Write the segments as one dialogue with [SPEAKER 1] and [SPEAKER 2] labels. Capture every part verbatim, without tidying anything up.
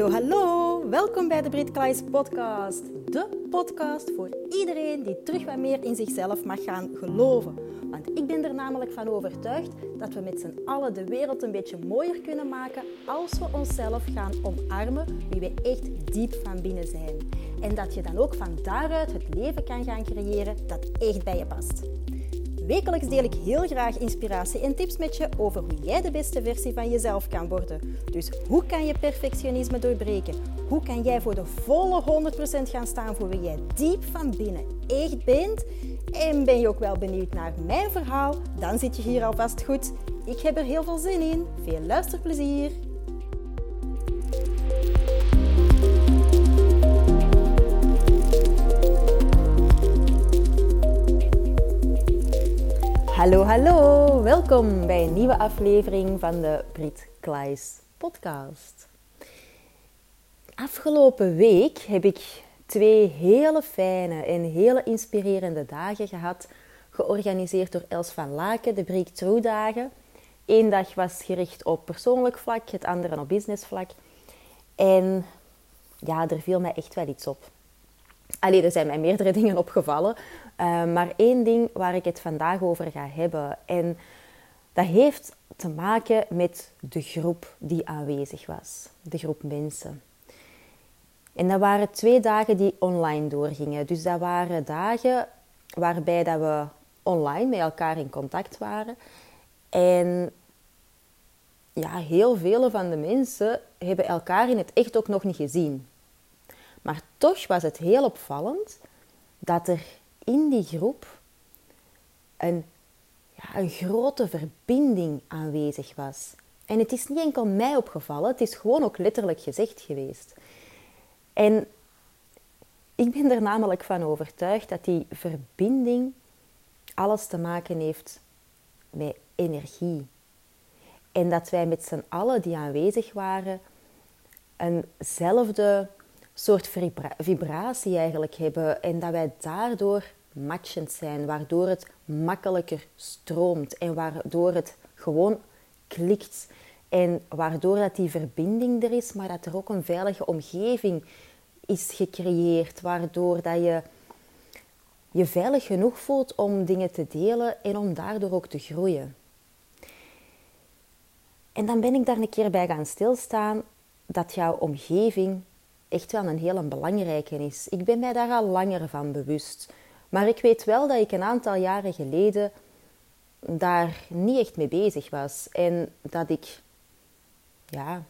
[SPEAKER 1] hallo! Welkom bij de Brit Klaes podcast. De podcast voor iedereen die terug wat meer in zichzelf mag gaan geloven. Want ik ben er namelijk van overtuigd dat we met z'n allen de wereld een beetje mooier kunnen maken als we onszelf gaan omarmen wie we echt diep van binnen zijn. En dat je dan ook van daaruit het leven kan gaan creëren dat echt bij je past. Wekelijks deel ik heel graag inspiratie en tips met je over hoe jij de beste versie van jezelf kan worden. Dus hoe kan je perfectionisme doorbreken? Hoe kan jij voor de volle honderd procent gaan staan voor wie jij diep van binnen echt bent? En ben je ook wel benieuwd naar mijn verhaal? Dan zit je hier alvast goed. Ik heb er heel veel zin in. Veel luisterplezier! Hallo, hallo! Welkom bij een nieuwe aflevering van de Brit Klaes podcast. Afgelopen week heb ik twee hele fijne en hele inspirerende dagen gehad, georganiseerd door Els van Laken, de Breakthrough dagen. Eén dag was gericht op persoonlijk vlak, het andere op business vlak. En ja, er viel mij echt wel iets op. Allee, er zijn mij meerdere dingen opgevallen, uh, maar één ding waar ik het vandaag over ga hebben. En dat heeft te maken met de groep die aanwezig was, de groep mensen. En dat waren twee dagen die online doorgingen. Dus dat waren dagen waarbij dat we online met elkaar in contact waren. En ja, heel veel van de mensen hebben elkaar in het echt ook nog niet gezien. Maar toch was het heel opvallend dat er in die groep een, ja, een grote verbinding aanwezig was. En het is niet enkel mij opgevallen, het is gewoon ook letterlijk gezegd geweest. En ik ben er namelijk van overtuigd dat die verbinding alles te maken heeft met energie. En dat wij met z'n allen die aanwezig waren eenzelfde soort vibra- vibratie eigenlijk hebben. En dat wij daardoor matchend zijn, waardoor het makkelijker stroomt en waardoor het gewoon klikt. En waardoor dat die verbinding er is, maar dat er ook een veilige omgeving is gecreëerd, waardoor dat je je veilig genoeg voelt om dingen te delen en om daardoor ook te groeien. En dan ben ik daar een keer bij gaan stilstaan dat jouw omgeving echt wel een hele belangrijke is. Ik ben mij daar al langer van bewust. Maar ik weet wel dat ik een aantal jaren geleden daar niet echt mee bezig was. En dat ik, ja,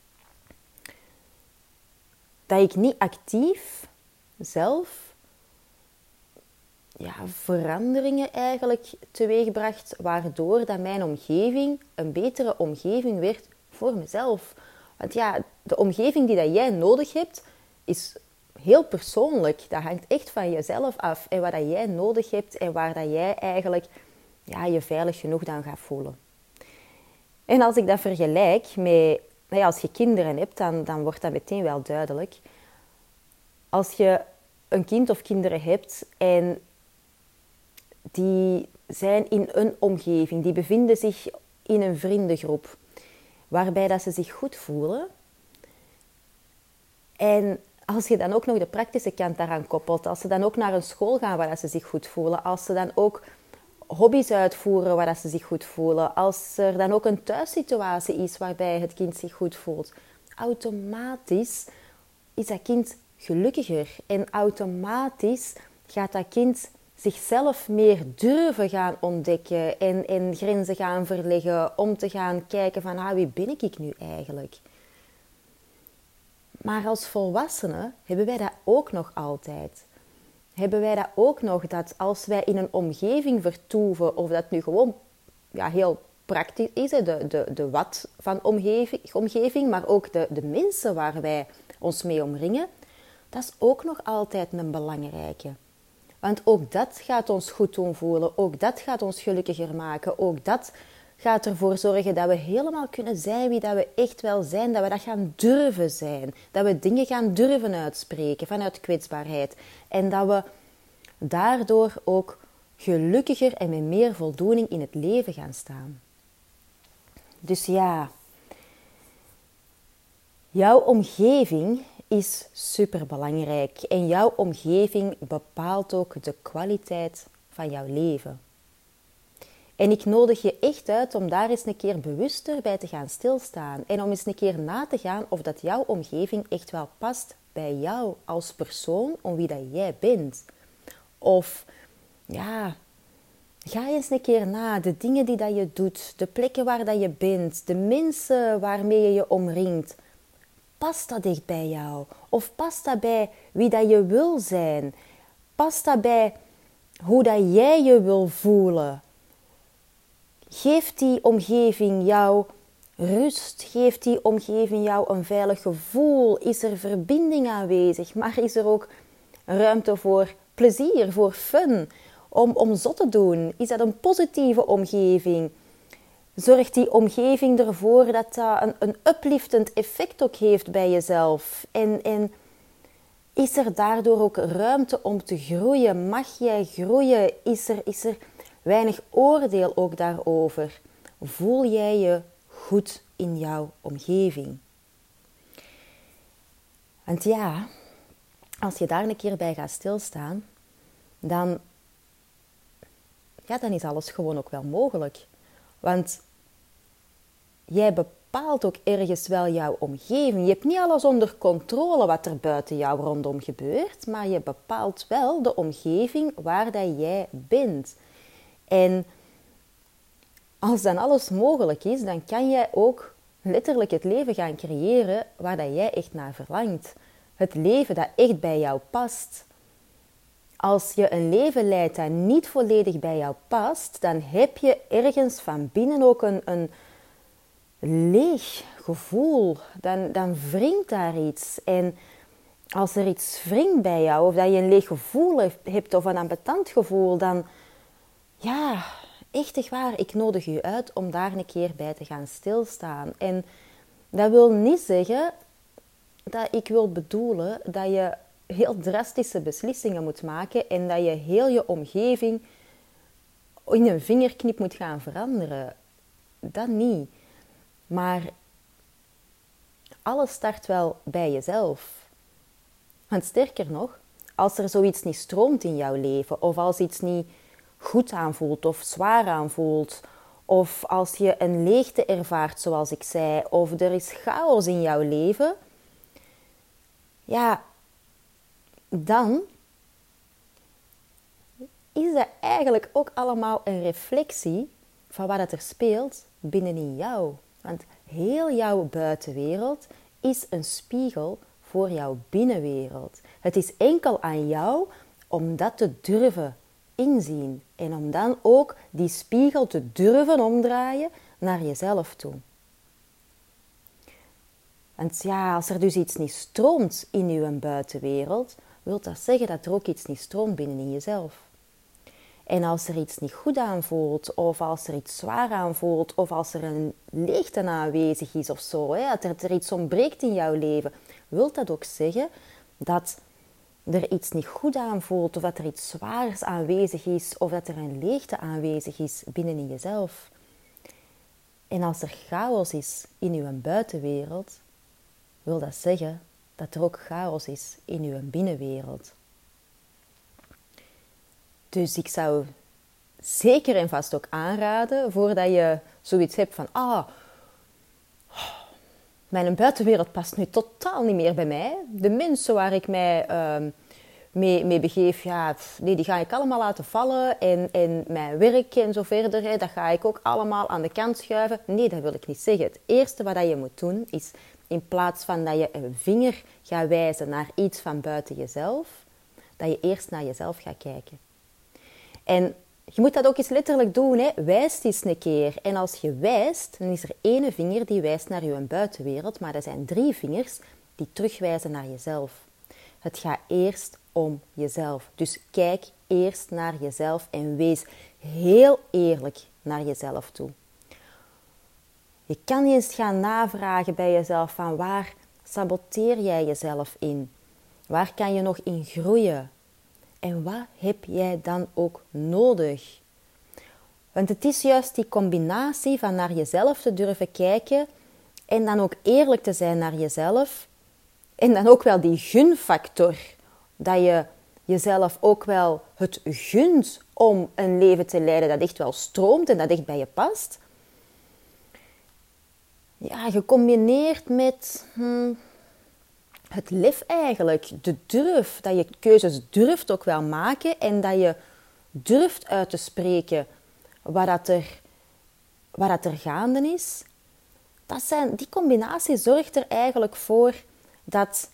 [SPEAKER 1] dat ik niet actief zelf ja, veranderingen eigenlijk teweegbracht, waardoor dat mijn omgeving een betere omgeving werd voor mezelf. Want ja, de omgeving die dat jij nodig hebt, is heel persoonlijk. Dat hangt echt van jezelf af. En wat dat jij nodig hebt en waar dat jij eigenlijk ja, je veilig genoeg dan gaat voelen. En als ik dat vergelijk met, nou ja, als je kinderen hebt, dan, dan wordt dat meteen wel duidelijk. Als je een kind of kinderen hebt en die zijn in een omgeving, die bevinden zich in een vriendengroep, waarbij dat ze zich goed voelen. En als je dan ook nog de praktische kant daaraan koppelt, als ze dan ook naar een school gaan waar dat ze zich goed voelen, als ze dan ook hobby's uitvoeren waar dat ze zich goed voelen, als er dan ook een thuissituatie is waarbij het kind zich goed voelt, automatisch is dat kind gelukkiger. En automatisch gaat dat kind zichzelf meer durven gaan ontdekken en, en grenzen gaan verleggen om te gaan kijken van ah, wie ben ik nu eigenlijk? Maar als volwassenen hebben wij dat ook nog altijd. Hebben wij dat ook nog dat als wij in een omgeving vertoeven, of dat nu gewoon ja, heel praktisch is, de, de, de wat van omgeving, omgeving, maar ook de, de mensen waar wij ons mee omringen, dat is ook nog altijd een belangrijke. Want ook dat gaat ons goed doen voelen. Ook dat gaat ons gelukkiger maken. Ook dat gaat ervoor zorgen dat we helemaal kunnen zijn wie dat we echt wel zijn. Dat we dat gaan durven zijn. Dat we dingen gaan durven uitspreken vanuit kwetsbaarheid. En dat we daardoor ook gelukkiger en met meer voldoening in het leven gaan staan. Dus ja, Jouw omgeving is superbelangrijk en jouw omgeving bepaalt ook de kwaliteit van jouw leven. En ik nodig je echt uit om daar eens een keer bewuster bij te gaan stilstaan en om eens een keer na te gaan of dat jouw omgeving echt wel past bij jou als persoon, om wie dat jij bent. Of ja, ga eens een keer na, de dingen die dat je doet, de plekken waar dat je bent, de mensen waarmee je je omringt. Past dat echt bij jou? Of past dat bij wie dat je wil zijn? Past dat bij hoe dat jij je wil voelen? Geeft die omgeving jou rust? Geeft die omgeving jou een veilig gevoel? Is er verbinding aanwezig? Maar is er ook ruimte voor plezier, voor fun? Om, om zot te doen? Is dat een positieve omgeving? Zorgt die omgeving ervoor dat dat een, een upliftend effect ook heeft bij jezelf? En, en is er daardoor ook ruimte om te groeien? Mag jij groeien? Is er, is er weinig oordeel ook daarover? Voel jij je goed in jouw omgeving? Want ja, als je daar een keer bij gaat stilstaan, dan, ja, dan is alles gewoon ook wel mogelijk. Want jij bepaalt ook ergens wel jouw omgeving. Je hebt niet alles onder controle wat er buiten jou rondom gebeurt, maar je bepaalt wel de omgeving waar dat jij bent. En als dan alles mogelijk is, dan kan jij ook letterlijk het leven gaan creëren waar dat jij echt naar verlangt. Het leven dat echt bij jou past. Als je een leven leidt dat niet volledig bij jou past, dan heb je ergens van binnen ook een, een leeg gevoel. Dan, dan wringt daar iets. En als er iets wringt bij jou, of dat je een leeg gevoel hebt of een ambetant gevoel, dan, ja, echt waar, ik nodig je uit om daar een keer bij te gaan stilstaan. En dat wil niet zeggen dat ik wil bedoelen dat je heel drastische beslissingen moet maken en dat je heel je omgeving in een vingerknip moet gaan veranderen. Dat niet. Maar alles start wel bij jezelf. Want sterker nog, als er zoiets niet stroomt in jouw leven, of als iets niet goed aanvoelt of zwaar aanvoelt, of als je een leegte ervaart, zoals ik zei, of er is chaos in jouw leven, ja, dan is dat eigenlijk ook allemaal een reflectie van wat er speelt binnenin jou. Want heel jouw buitenwereld is een spiegel voor jouw binnenwereld. Het is enkel aan jou om dat te durven inzien. En om dan ook die spiegel te durven omdraaien naar jezelf toe. Want ja, als er dus iets niet stroomt in je buitenwereld, wil dat zeggen dat er ook iets niet stroomt binnenin jezelf. En als er iets niet goed aanvoelt, of als er iets zwaar aanvoelt, of als er een leegte aanwezig is of zo, hè, dat er, er iets ontbreekt in jouw leven, wil dat ook zeggen dat er iets niet goed aanvoelt, of dat er iets zwaars aanwezig is, of dat er een leegte aanwezig is binnenin jezelf. En als er chaos is in je buitenwereld, wil dat zeggen dat er ook chaos is in je binnenwereld. Dus ik zou zeker en vast ook aanraden, voordat je zoiets hebt van, ah, mijn buitenwereld past nu totaal niet meer bij mij. De mensen waar ik mij uh, mee, mee begeef, ja, nee, die ga ik allemaal laten vallen. En, en mijn werk en zo verder, hè, dat ga ik ook allemaal aan de kant schuiven. Nee, dat wil ik niet zeggen. Het eerste wat je moet doen, is in plaats van dat je een vinger gaat wijzen naar iets van buiten jezelf, dat je eerst naar jezelf gaat kijken. En je moet dat ook eens letterlijk doen, hè. Wijst eens een keer. En als je wijst, dan is er één vinger die wijst naar je buitenwereld, maar er zijn drie vingers die terugwijzen naar jezelf. Het gaat eerst om jezelf. Dus kijk eerst naar jezelf en wees heel eerlijk naar jezelf toe. Je kan eens gaan navragen bij jezelf van waar saboteer jij jezelf in? Waar kan je nog in groeien? En wat heb jij dan ook nodig? Want het is juist die combinatie van naar jezelf te durven kijken En dan ook eerlijk te zijn naar jezelf. En dan ook wel die gunfactor. Dat je jezelf ook wel het gunt om een leven te leiden dat echt wel stroomt en dat echt bij je past. Ja, gecombineerd met hm, het lef eigenlijk. De durf. Dat je keuzes durft ook wel maken. En dat je durft uit te spreken wat dat er, wat dat er gaande is. Dat zijn, die combinatie zorgt er eigenlijk voor dat,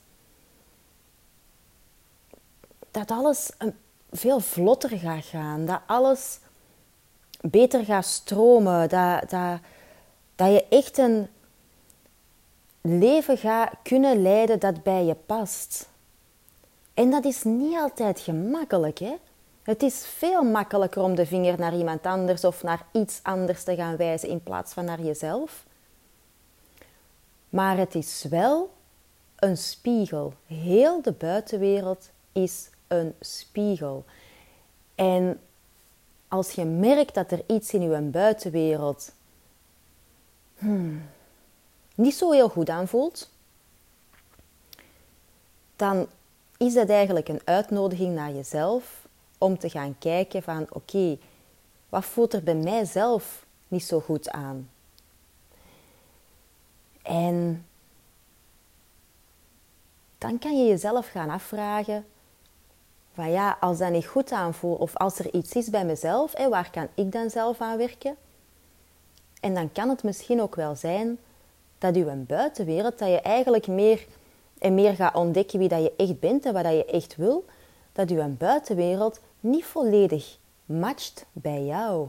[SPEAKER 1] dat alles een, veel vlotter gaat gaan. Dat alles beter gaat stromen. Dat, dat, dat je echt een leven gaat kunnen leiden dat bij je past. En dat is niet altijd gemakkelijk, hè? Het is veel makkelijker om de vinger naar iemand anders of naar iets anders te gaan wijzen in plaats van naar jezelf. Maar het is wel een spiegel. Heel de buitenwereld is een spiegel. En als je merkt dat er iets in je buitenwereld hmm, niet zo heel goed aanvoelt, dan is dat eigenlijk een uitnodiging naar jezelf om te gaan kijken van oké, okay, wat voelt er bij mijzelf niet zo goed aan? En dan kan je jezelf gaan afvragen van ja, als dat niet goed aanvoelt of als er iets is bij mezelf, hé, waar kan ik dan zelf aan werken? En dan kan het misschien ook wel zijn dat je een buitenwereld, dat je eigenlijk meer en meer gaat ontdekken wie dat je echt bent en wat dat je echt wil, dat je een buitenwereld niet volledig matcht bij jou.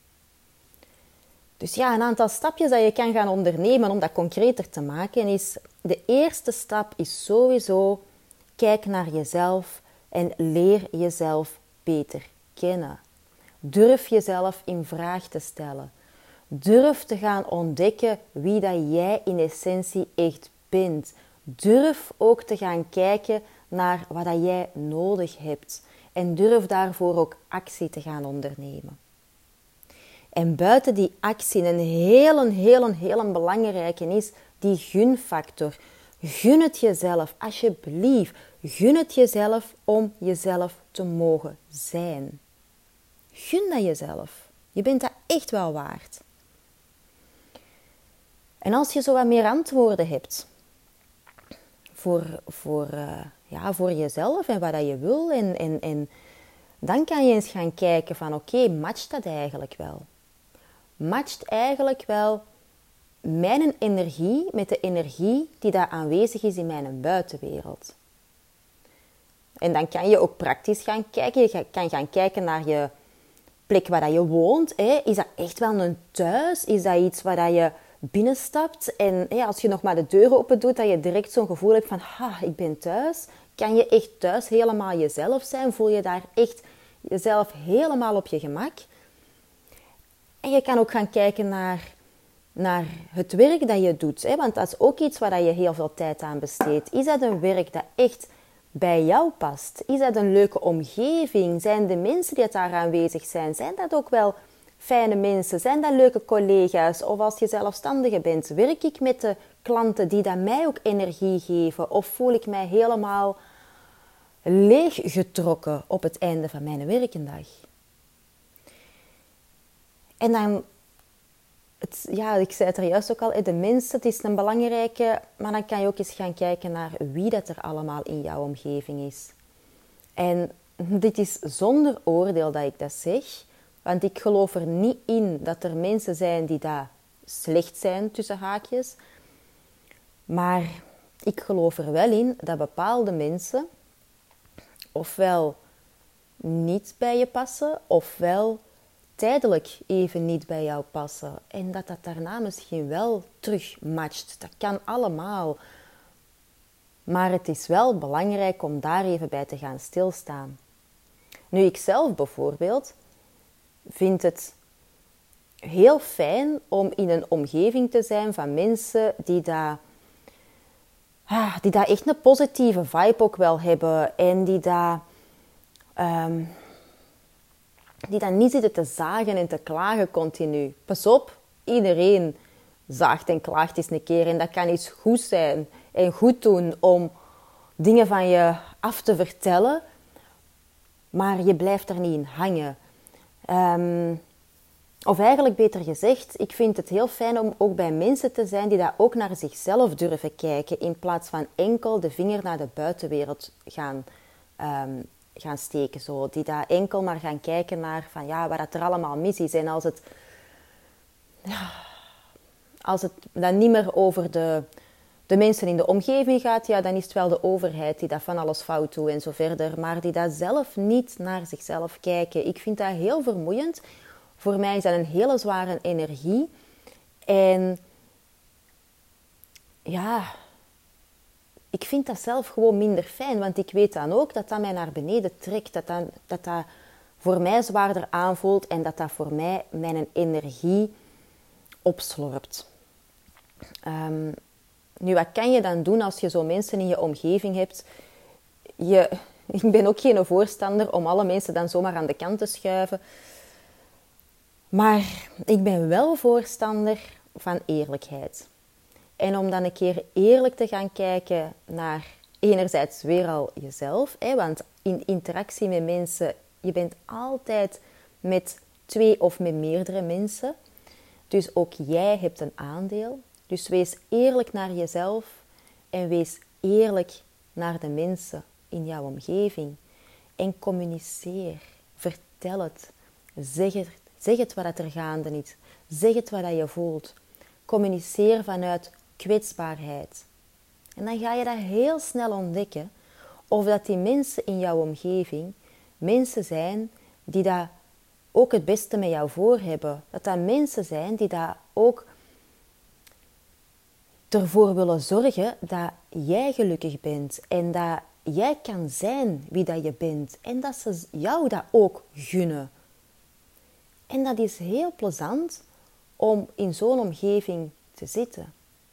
[SPEAKER 1] Dus ja, een aantal stapjes dat je kan gaan ondernemen om dat concreter te maken is, de eerste stap is sowieso, kijk naar jezelf en leer jezelf beter kennen. Durf jezelf in vraag te stellen. Durf te gaan ontdekken wie dat jij in essentie echt bent. Durf ook te gaan kijken naar wat dat jij nodig hebt. En durf daarvoor ook actie te gaan ondernemen. En buiten die actie, een heel, heel, heel belangrijke is die gunfactor. Gun het jezelf, alsjeblieft. Gun het jezelf om jezelf te mogen zijn. Gun dat jezelf. Je bent dat echt wel waard. En als je zo wat meer antwoorden hebt voor, voor, uh, ja, voor jezelf en wat dat je wil, en, en, en dan kan je eens gaan kijken van oké, okay, matcht dat eigenlijk wel? Matcht eigenlijk wel mijn energie met de energie die daar aanwezig is in mijn buitenwereld? En dan kan je ook praktisch gaan kijken. Je kan gaan kijken naar je plek waar je woont. Is dat echt wel een thuis? Is dat iets waar je binnenstapt en als je nog maar de deuren open doet, dat je direct zo'n gevoel hebt van ha, ik ben thuis? Kan je echt thuis helemaal jezelf zijn? Voel je daar echt jezelf helemaal op je gemak? En je kan ook gaan kijken naar, naar het werk dat je doet. Hè? Want dat is ook iets waar je heel veel tijd aan besteedt. Is dat een werk dat echt bij jou past? Is dat een leuke omgeving? Zijn de mensen die daar aanwezig zijn, zijn dat ook wel fijne mensen? Zijn dat leuke collega's? Of als je zelfstandige bent, werk ik met de klanten die dat mij ook energie geven? Of voel ik mij helemaal leeggetrokken op het einde van mijn werkendag? En dan, het, ja, ik zei het er juist ook al, de mens, het is een belangrijke, maar dan kan je ook eens gaan kijken naar wie dat er allemaal in jouw omgeving is. En dit is zonder oordeel dat ik dat zeg, want ik geloof er niet in dat er mensen zijn die daar slecht zijn, tussen haakjes. Maar ik geloof er wel in dat bepaalde mensen ofwel niet bij je passen, ofwel tijdelijk even niet bij jou passen. En dat dat daarna misschien wel terug matcht. Dat kan allemaal. Maar het is wel belangrijk om daar even bij te gaan stilstaan. Nu, ik zelf bijvoorbeeld vind het heel fijn om in een omgeving te zijn van mensen die daar, ah, die daar echt een positieve vibe ook wel hebben. En die daar... Um, die dan niet zitten te zagen en te klagen continu. Pas op, iedereen zaagt en klaagt eens een keer. En dat kan iets goed zijn en goed doen om dingen van je af te vertellen. Maar je blijft er niet in hangen. Um, of eigenlijk beter gezegd, ik vind het heel fijn om ook bij mensen te zijn die daar ook naar zichzelf durven kijken. In plaats van enkel de vinger naar de buitenwereld gaan, um, gaan steken. Zo. Die daar enkel maar gaan kijken naar van, ja, wat er allemaal mis is. En als het, als het dan niet meer over de, de mensen in de omgeving gaat, ja, dan is het wel de overheid die dat van alles fout doet en zo verder. Maar die dat zelf niet naar zichzelf kijken. Ik vind dat heel vermoeiend. Voor mij is dat een hele zware energie. En ja, ik vind dat zelf gewoon minder fijn. Want ik weet dan ook dat dat mij naar beneden trekt. Dat dat, dat, dat voor mij zwaarder aanvoelt. En dat dat voor mij mijn energie opslorpt. Um, nu, wat kan je dan doen als je zo mensen in je omgeving hebt? Je, ik ben ook geen voorstander om alle mensen dan zomaar aan de kant te schuiven. Maar ik ben wel voorstander van eerlijkheid. En om dan een keer eerlijk te gaan kijken naar enerzijds weer al jezelf. Hè, want in interactie met mensen, je bent altijd met twee of met meerdere mensen. Dus ook jij hebt een aandeel. Dus wees eerlijk naar jezelf en wees eerlijk naar de mensen in jouw omgeving. En communiceer, vertel het, zeg het. Zeg het wat er gaande is. Zeg het wat je voelt. Communiceer vanuit kwetsbaarheid. En dan ga je dat heel snel ontdekken of dat die mensen in jouw omgeving mensen zijn die dat ook het beste met jou voor hebben. Dat dat mensen zijn die dat ook ervoor willen zorgen dat jij gelukkig bent. En dat jij kan zijn wie dat je bent. En dat ze jou dat ook gunnen. En dat is heel plezant om in zo'n omgeving te zitten.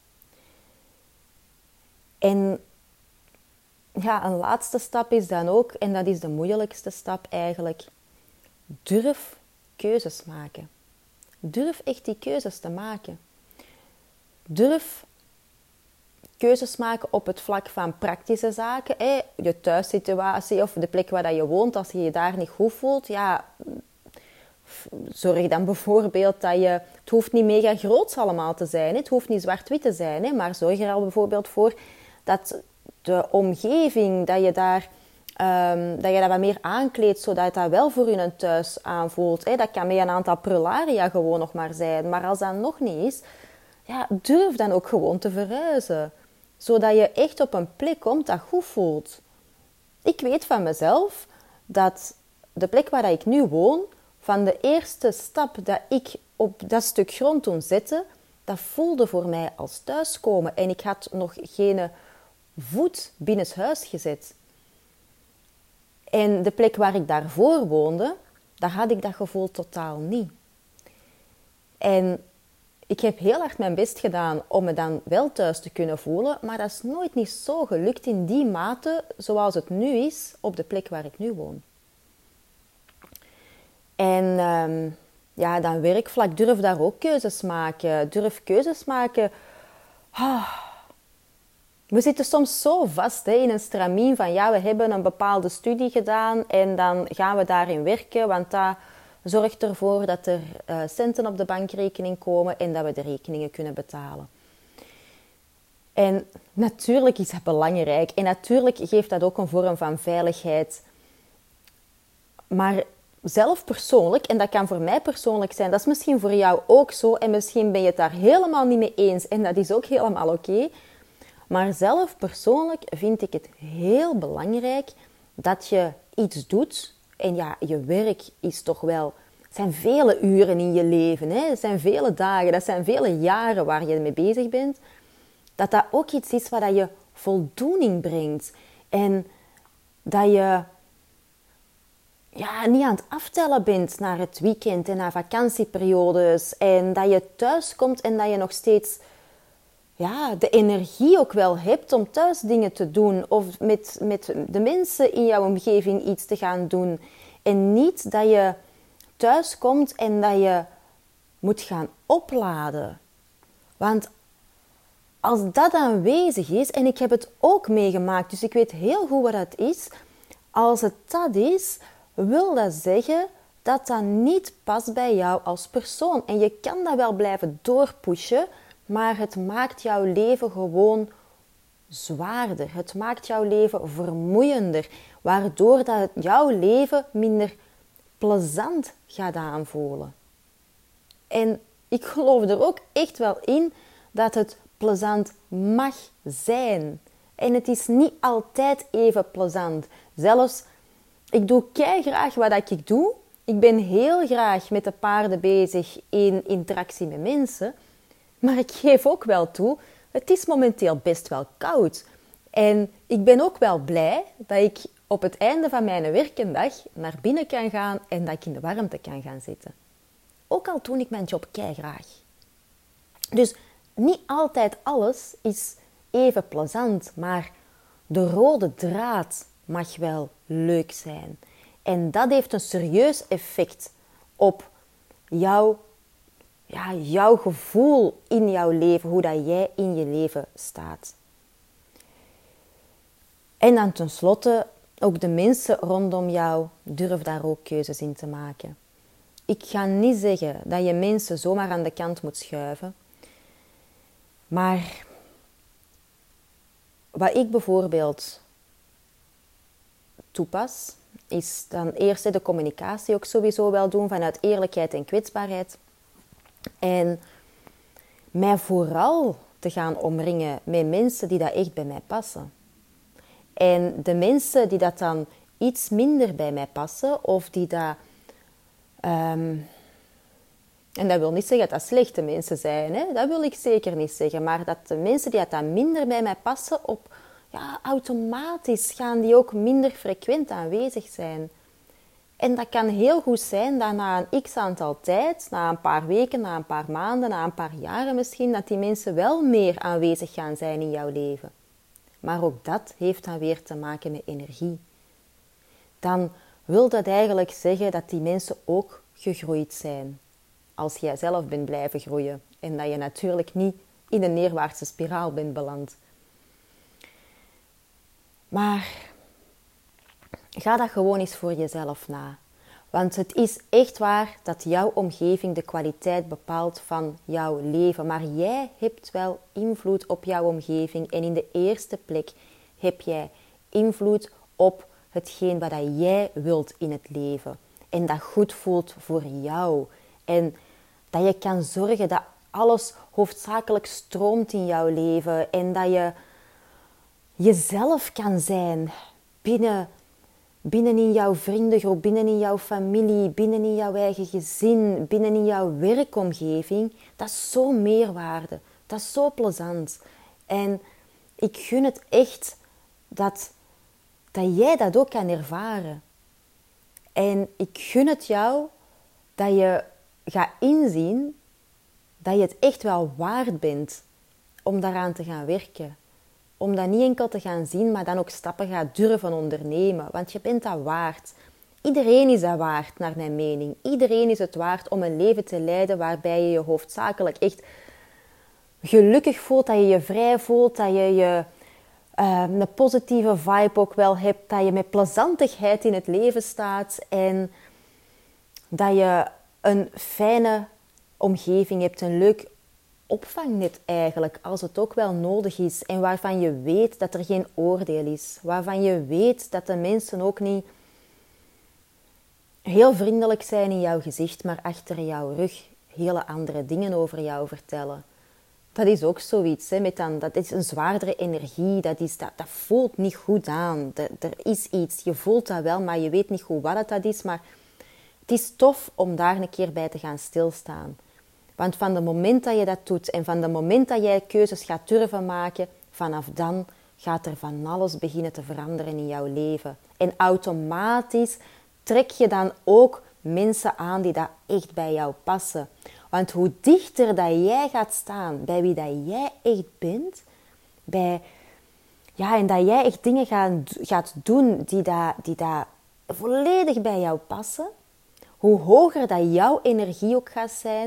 [SPEAKER 1] En ja, een laatste stap is dan ook, en dat is de moeilijkste stap eigenlijk, durf keuzes maken. Durf echt die keuzes te maken. Durf keuzes maken op het vlak van praktische zaken. Hè? Je thuissituatie of de plek waar je woont, als je je daar niet goed voelt, ja, zorg dan bijvoorbeeld dat je... Het hoeft niet mega groots allemaal te zijn. Hè? Het hoeft niet zwart-wit te zijn. Hè? Maar zorg er al bijvoorbeeld voor dat de omgeving, dat je daar... Um, dat je dat wat meer aankleedt, zodat dat wel voor je een thuis aanvoelt. Hè? Dat kan met een aantal prularia gewoon nog maar zijn. Maar als dat nog niet is, ja, durf dan ook gewoon te verhuizen. Zodat je echt op een plek komt dat goed voelt. Ik weet van mezelf dat de plek waar ik nu woon, van de eerste stap dat ik op dat stuk grond toen zette, dat voelde voor mij als thuiskomen. En ik had nog geen voet binnenshuis gezet. En de plek waar ik daarvoor woonde, daar had ik dat gevoel totaal niet. En ik heb heel hard mijn best gedaan om me dan wel thuis te kunnen voelen, maar dat is nooit niet zo gelukt in die mate zoals het nu is op de plek waar ik nu woon. En um, ja, dan werkvlak, durf daar ook keuzes maken. Durf keuzes maken. Oh. We zitten soms zo vast hè, in een stramien van ja, we hebben een bepaalde studie gedaan en dan gaan we daarin werken, want dat zorgt ervoor dat er uh, centen op de bankrekening komen en dat we de rekeningen kunnen betalen. En natuurlijk is dat belangrijk en natuurlijk geeft dat ook een vorm van veiligheid. Maar zelf persoonlijk, en dat kan voor mij persoonlijk zijn, dat is misschien voor jou ook zo en misschien ben je het daar helemaal niet mee eens en dat is ook helemaal oké. Okay. Maar zelf persoonlijk vind ik het heel belangrijk dat je iets doet. En ja, je werk is toch wel... Het zijn vele uren in je leven. Hè? Het zijn vele dagen. Dat zijn vele jaren waar je mee bezig bent. Dat dat ook iets is waar je voldoening brengt. En dat je ja, niet aan het aftellen bent naar het weekend en naar vakantieperiodes. En dat je thuis komt en dat je nog steeds... ja, de energie ook wel hebt om thuis dingen te doen of met, met de mensen in jouw omgeving iets te gaan doen. En niet dat je thuis komt en dat je moet gaan opladen. Want als dat aanwezig is, en ik heb het ook meegemaakt, dus ik weet heel goed wat dat is. Als het dat is, wil dat zeggen dat dat niet past bij jou als persoon. En je kan dat wel blijven doorpushen, maar het maakt jouw leven gewoon zwaarder. Het maakt jouw leven vermoeiender, waardoor dat jouw leven minder plezant gaat aanvoelen. En ik geloof er ook echt wel in dat het plezant mag zijn. En het is niet altijd even plezant. Zelfs, ik doe keigraag wat ik doe. Ik ben heel graag met de paarden bezig in interactie met mensen. Maar ik geef ook wel toe, het is momenteel best wel koud. En ik ben ook wel blij dat ik op het einde van mijn werkendag naar binnen kan gaan en dat ik in de warmte kan gaan zitten. Ook al doe ik mijn job keigraag. Dus niet altijd alles is even plezant, maar de rode draad mag wel leuk zijn. En dat heeft een serieus effect op jouw, ja, jouw gevoel in jouw leven, hoe dat jij in je leven staat. En dan tenslotte, ook de mensen rondom jou, durf daar ook keuzes in te maken. Ik ga niet zeggen dat je mensen zomaar aan de kant moet schuiven. Maar wat ik bijvoorbeeld toepas, is dan eerst de communicatie ook sowieso wel doen vanuit eerlijkheid en kwetsbaarheid. En mij vooral te gaan omringen met mensen die dat echt bij mij passen. En de mensen die dat dan iets minder bij mij passen, of die dat... Um, en dat wil niet zeggen dat dat slechte mensen zijn, hè? Dat wil ik zeker niet zeggen. Maar dat de mensen die dat dan minder bij mij passen, op, ja, automatisch gaan die ook minder frequent aanwezig zijn. En dat kan heel goed zijn dat na een x-aantal tijd, na een paar weken, na een paar maanden, na een paar jaren misschien, dat die mensen wel meer aanwezig gaan zijn in jouw leven. Maar ook dat heeft dan weer te maken met energie. Dan wil dat eigenlijk zeggen dat die mensen ook gegroeid zijn. Als jij zelf bent blijven groeien. En dat je natuurlijk niet in een neerwaartse spiraal bent beland. Maar ga dat gewoon eens voor jezelf na. Want het is echt waar dat jouw omgeving de kwaliteit bepaalt van jouw leven. Maar jij hebt wel invloed op jouw omgeving. En in de eerste plek heb jij invloed op hetgeen wat jij wilt in het leven. En dat goed voelt voor jou. En dat je kan zorgen dat alles hoofdzakelijk stroomt in jouw leven. En dat je jezelf kan zijn binnen, binnen in jouw vriendengroep, binnen in jouw familie, binnen in jouw eigen gezin, binnen in jouw werkomgeving. Dat is zo'n meerwaarde. Dat is zo plezant. En ik gun het echt dat, dat jij dat ook kan ervaren. En ik gun het jou dat je gaat inzien dat je het echt wel waard bent om daaraan te gaan werken. Om dat niet enkel te gaan zien, maar dan ook stappen gaat durven ondernemen. Want je bent dat waard. Iedereen is dat waard, naar mijn mening. Iedereen is het waard om een leven te leiden waarbij je je hoofdzakelijk echt gelukkig voelt, dat je je vrij voelt, dat je je uh, een positieve vibe ook wel hebt, dat je met plezantigheid in het leven staat en dat je een fijne omgeving hebt, een leuk opvangnet eigenlijk, als het ook wel nodig is. En waarvan je weet dat er geen oordeel is. Waarvan je weet dat de mensen ook niet heel vriendelijk zijn in jouw gezicht, maar achter jouw rug hele andere dingen over jou vertellen. Dat is ook zoiets. Hè, met dan, dat is een zwaardere energie. Dat, is, dat, dat voelt niet goed aan. Dat, er is iets. Je voelt dat wel, maar je weet niet goed wat dat is. Maar het is tof om daar een keer bij te gaan stilstaan. Want van het moment dat je dat doet en van het moment dat jij keuzes gaat durven maken, vanaf dan gaat er van alles beginnen te veranderen in jouw leven. En automatisch trek je dan ook mensen aan die dat echt bij jou passen. Want hoe dichter dat jij gaat staan bij wie dat jij echt bent, bij, ja, en dat jij echt dingen gaat, gaat doen die dat, die dat volledig bij jou passen, hoe hoger dat jouw energie ook gaat zijn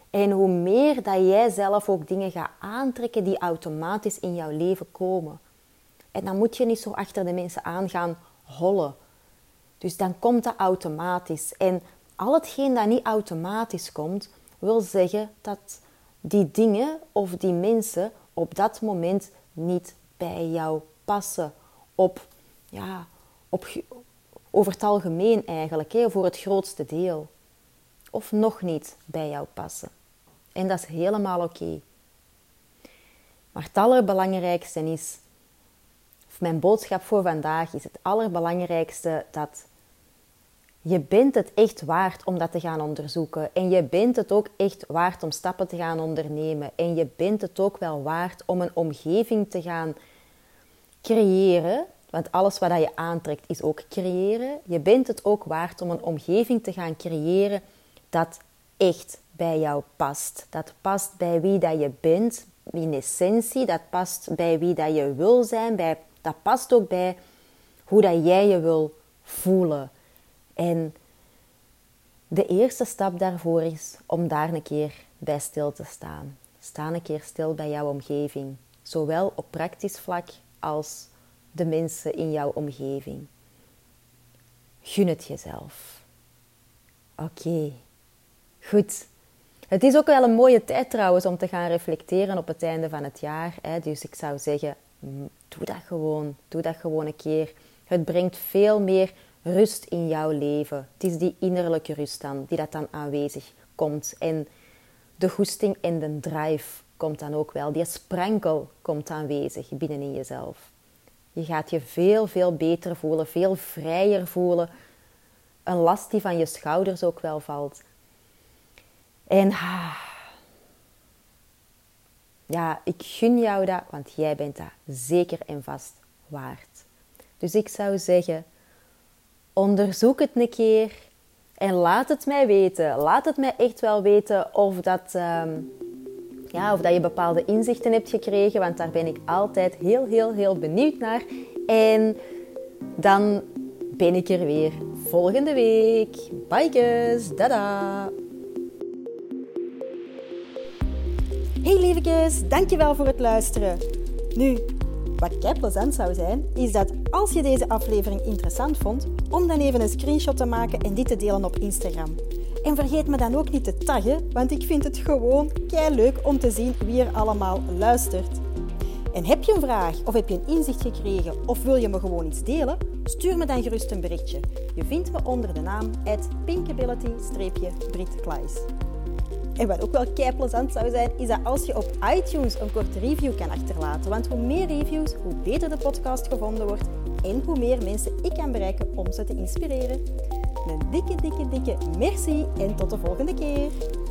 [SPEAKER 1] En hoe meer dat jij zelf ook dingen gaat aantrekken die automatisch in jouw leven komen. En dan moet je niet zo achter de mensen aan gaan hollen. Dus dan komt dat automatisch. En al hetgeen dat niet automatisch komt, wil zeggen dat die dingen of die mensen op dat moment niet bij jou passen. Op, ja, op, over het algemeen eigenlijk, hè, voor het grootste deel. Of nog niet bij jou passen. En dat is helemaal oké. Okay. Maar het allerbelangrijkste is, of mijn boodschap voor vandaag is het allerbelangrijkste dat je bent het echt waard om dat te gaan onderzoeken. En je bent het ook echt waard om stappen te gaan ondernemen. En je bent het ook wel waard om een omgeving te gaan creëren. Want alles wat je aantrekt is ook creëren. Je bent het ook waard om een omgeving te gaan creëren dat echt bij jou past. Dat past bij wie dat je bent in essentie. Dat past bij wie dat je wil zijn. Bij, dat past ook bij hoe dat jij je wil voelen. En de eerste stap daarvoor is om daar een keer bij stil te staan. Sta een keer stil bij jouw omgeving. Zowel op praktisch vlak als de mensen in jouw omgeving. Gun het jezelf. Oké, okay. Goed. Het is ook wel een mooie tijd trouwens om te gaan reflecteren op het einde van het jaar. Hè. Dus ik zou zeggen, doe dat gewoon. Doe dat gewoon een keer. Het brengt veel meer rust in jouw leven. Het is die innerlijke rust dan, die dat dan aanwezig komt. En de goesting en de drive komt dan ook wel. Die sprankel komt aanwezig binnenin jezelf. Je gaat je veel, veel beter voelen, veel vrijer voelen. Een last die van je schouders ook wel valt. En ja, ik gun jou dat, want jij bent dat zeker en vast waard. Dus ik zou zeggen, onderzoek het een keer en laat het mij weten. Laat het mij echt wel weten of dat, um, ja, of dat je bepaalde inzichten hebt gekregen, want daar ben ik altijd heel, heel, heel benieuwd naar. En dan ben ik er weer volgende week. Bye guys, dada! Hey lievekes, dankjewel voor het luisteren. Nu, wat kei plezant zou zijn, is dat als je deze aflevering interessant vond, om dan even een screenshot te maken en dit te delen op Instagram. En vergeet me dan ook niet te taggen, want ik vind het gewoon kei leuk om te zien wie er allemaal luistert. En heb je een vraag of heb je een inzicht gekregen of wil je me gewoon iets delen? Stuur me dan gerust een berichtje. Je vindt me onder de naam at pinkability brit klaes. En wat ook wel kei plezant zou zijn, is dat als je op iTunes een korte review kan achterlaten. Want hoe meer reviews, hoe beter de podcast gevonden wordt en hoe meer mensen ik kan bereiken om ze te inspireren. Een dikke, dikke, dikke merci en tot de volgende keer.